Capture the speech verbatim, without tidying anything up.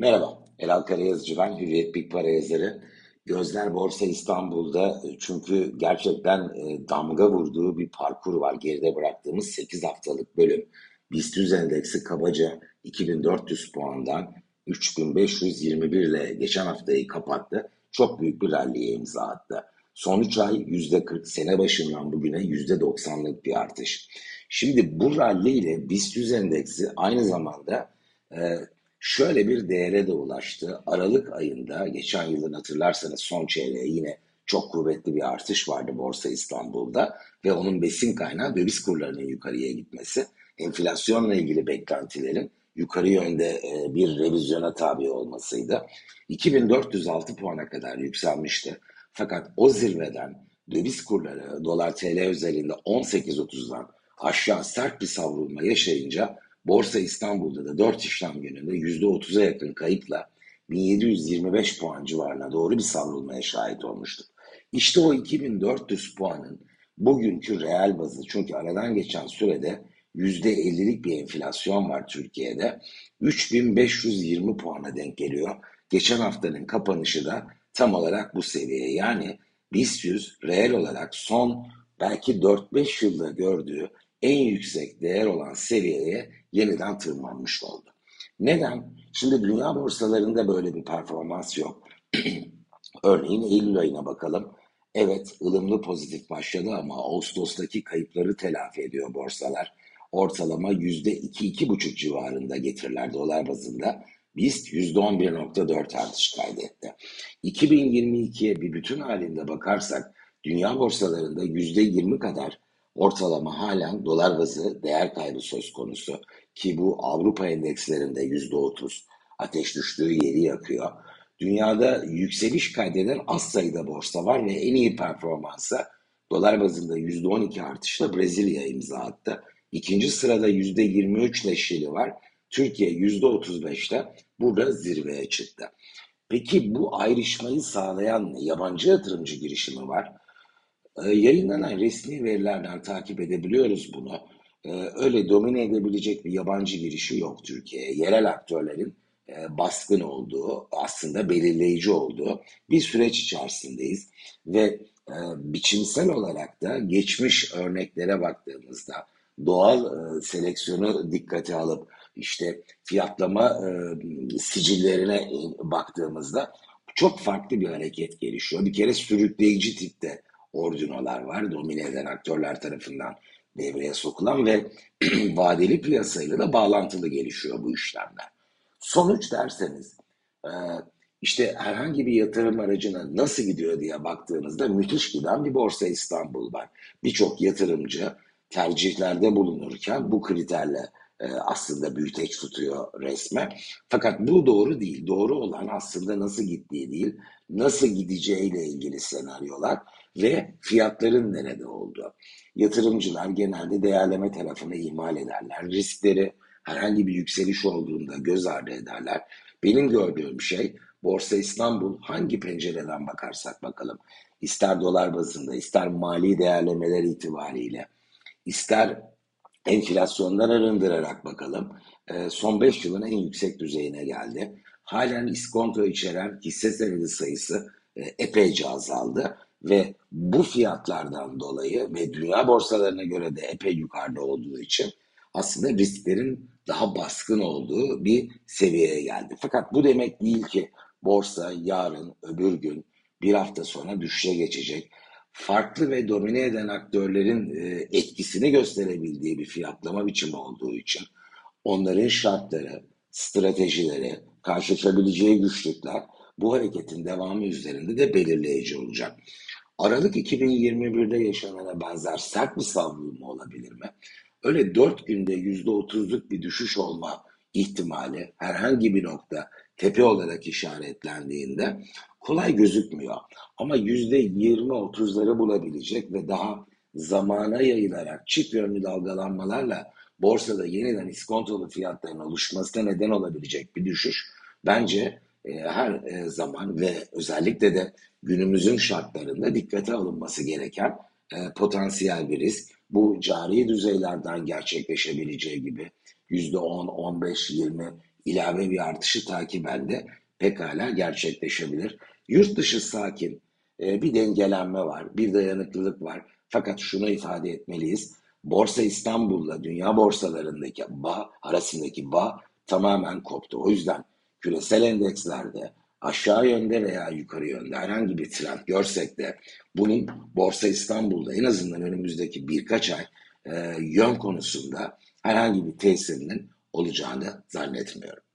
Merhaba, Elal Karayazıcı ben, Hürriyet Big Para yazarı. Gözler Borsa İstanbul'da e, çünkü gerçekten e, damga vurduğu bir parkur var. Geride bıraktığımız sekiz haftalık bölüm. BIST yüz endeksi kabaca iki bin dört yüz puandan üç bin beş yüz yirmi bir ile geçen haftayı kapattı. Çok büyük bir ralliye imza attı. Son üç ay yüzde kırk, sene başından bugüne yüzde doksanlık bir artış. Şimdi bu rally ile BIST yüz endeksi aynı zamanda e, şöyle bir değere de ulaştı. Aralık ayında geçen yılın hatırlarsanız son çeyreğe yine çok kuvvetli bir artış vardı Borsa İstanbul'da ve onun besin kaynağı döviz kurlarının yukarıya gitmesi. Enflasyonla ilgili beklentilerin yukarı yönde e, bir revizyona tabi olmasıydı. iki bin dört yüz altı puana kadar yükselmişti. Fakat o zirveden döviz kurları dolar T L özelinde on sekiz otuzdan aşağı sert bir savrulma yaşayınca Borsa İstanbul'da da dört işlem gününde yüzde otuza yakın kayıpla bin yedi yüz yirmi beş puan civarına doğru bir savrulmaya şahit olmuştuk. İşte o iki bin dört yüz puanın bugünkü reel bazı, çünkü aradan geçen sürede yüzde ellilik bir enflasyon var Türkiye'de, üç bin beş yüz yirmi puana denk geliyor. Geçen haftanın kapanışı da tam olarak bu seviye. Yani BIST yüz reel olarak son belki dört beş yılda gördüğü en yüksek değer olan seviyeye yeniden tırmanmış oldu. Neden? Şimdi dünya borsalarında böyle bir performans yok. Örneğin Eylül ayına bakalım. Evet, ılımlı pozitif başladı ama Ağustos'taki kayıpları telafi ediyor borsalar. Ortalama yüzde iki iki buçuk civarında getiriler dolar bazında. BIST yüzde on bir nokta dört artış kaydetti. iki bin yirmi ikiye bir bütün halinde bakarsak dünya borsalarında yüzde yirmi kadar ortalama halen dolar bazı değer kaybı söz konusu ki bu Avrupa endekslerinde yüzde otuz ateş düştüğü yeri yakıyor. Dünyada yükseliş kaydeden az sayıda borsa var ve en iyi performansa dolar bazında yüzde on iki artışla Brezilya imza attı. İkinci sırada yüzde yirmi üç ile Şili var. Türkiye yüzde otuz beşte burada zirveye çıktı. Peki bu ayrışmayı sağlayan yabancı yatırımcı girişimi var. Ee, yayınlanan resmi verilerden takip edebiliyoruz bunu. Ee, öyle domine edebilecek bir yabancı girişi yok Türkiye'ye. Yerel aktörlerin e, baskın olduğu, aslında belirleyici olduğu bir süreç içerisindeyiz. Ve e, biçimsel olarak da geçmiş örneklere baktığımızda doğal e, seleksiyonu dikkate alıp işte fiyatlama e, sicillerine baktığımızda çok farklı bir hareket gelişiyor. Bir kere sürükleyici tipte ordinolar var. Domine eden aktörler tarafından devreye sokulan ve vadeli piyasayla da bağlantılı gelişiyor bu işlemler. Sonuç derseniz e, işte herhangi bir yatırım aracına nasıl gidiyor diye baktığınızda müthiş giden bir Borsa İstanbul var. Birçok yatırımcı tercihlerde bulunurken bu kriterle e, aslında büyüteç tutuyor resme. Fakat bu doğru değil. Doğru olan aslında nasıl gittiği değil, nasıl gideceğiyle ilgili senaryolar ve fiyatların nerede olduğu. Yatırımcılar genelde değerleme tarafını ihmal ederler. Riskleri herhangi bir yükseliş olduğunda göz ardı ederler. Benim gördüğüm şey Borsa İstanbul hangi pencereden bakarsak bakalım, ister dolar bazında, ister mali değerlemeler itibariyle, ister enflasyondan arındırarak bakalım, e, son beş yılın en yüksek düzeyine geldi. Halen iskonto içeren hisse senedi sayısı e, epeyce azaldı ve bu fiyatlardan dolayı ve dünya borsalarına göre de epey yukarıda olduğu için aslında risklerin daha baskın olduğu bir seviyeye geldi. Fakat bu demek değil ki borsa yarın, öbür gün, bir hafta sonra düşüşe geçecek. Farklı ve domine eden aktörlerin e, etkisini gösterebildiği bir fiyatlama biçimi olduğu için onların şartları, stratejileri, karşılaşabileceği güçlükler bu hareketin devamı üzerinde de belirleyici olacak. Aralık iki bin yirmi birde yaşanana benzer sert bir savrulma olabilir mi? Öyle dört günde yüzde otuzluk bir düşüş olma ihtimali herhangi bir nokta tepe olarak işaretlendiğinde kolay gözükmüyor. Ama yüzde yirmi otuzları bulabilecek ve daha zamana yayılarak çift yönlü dalgalanmalarla borsada yeniden iskontolu fiyatların oluşmasına neden olabilecek bir düşüş bence e, her e, zaman ve özellikle de günümüzün şartlarında dikkate alınması gereken e, potansiyel bir risk. Bu cari düzeylerden gerçekleşebileceği gibi yüzde on, on beş, yirmi ilave bir artışı takiben de pekala gerçekleşebilir. Yurt dışı sakin, e, bir dengelenme var, bir dayanıklılık var. Fakat şunu ifade etmeliyiz. Borsa İstanbul'la dünya borsalarındaki bağ arasındaki bağ tamamen koptu. O yüzden küresel endekslerde aşağı yönde veya yukarı yönde herhangi bir trend görsek de bunun Borsa İstanbul'da en azından önümüzdeki birkaç ay e, yön konusunda herhangi bir tesirinin olacağını zannetmiyorum.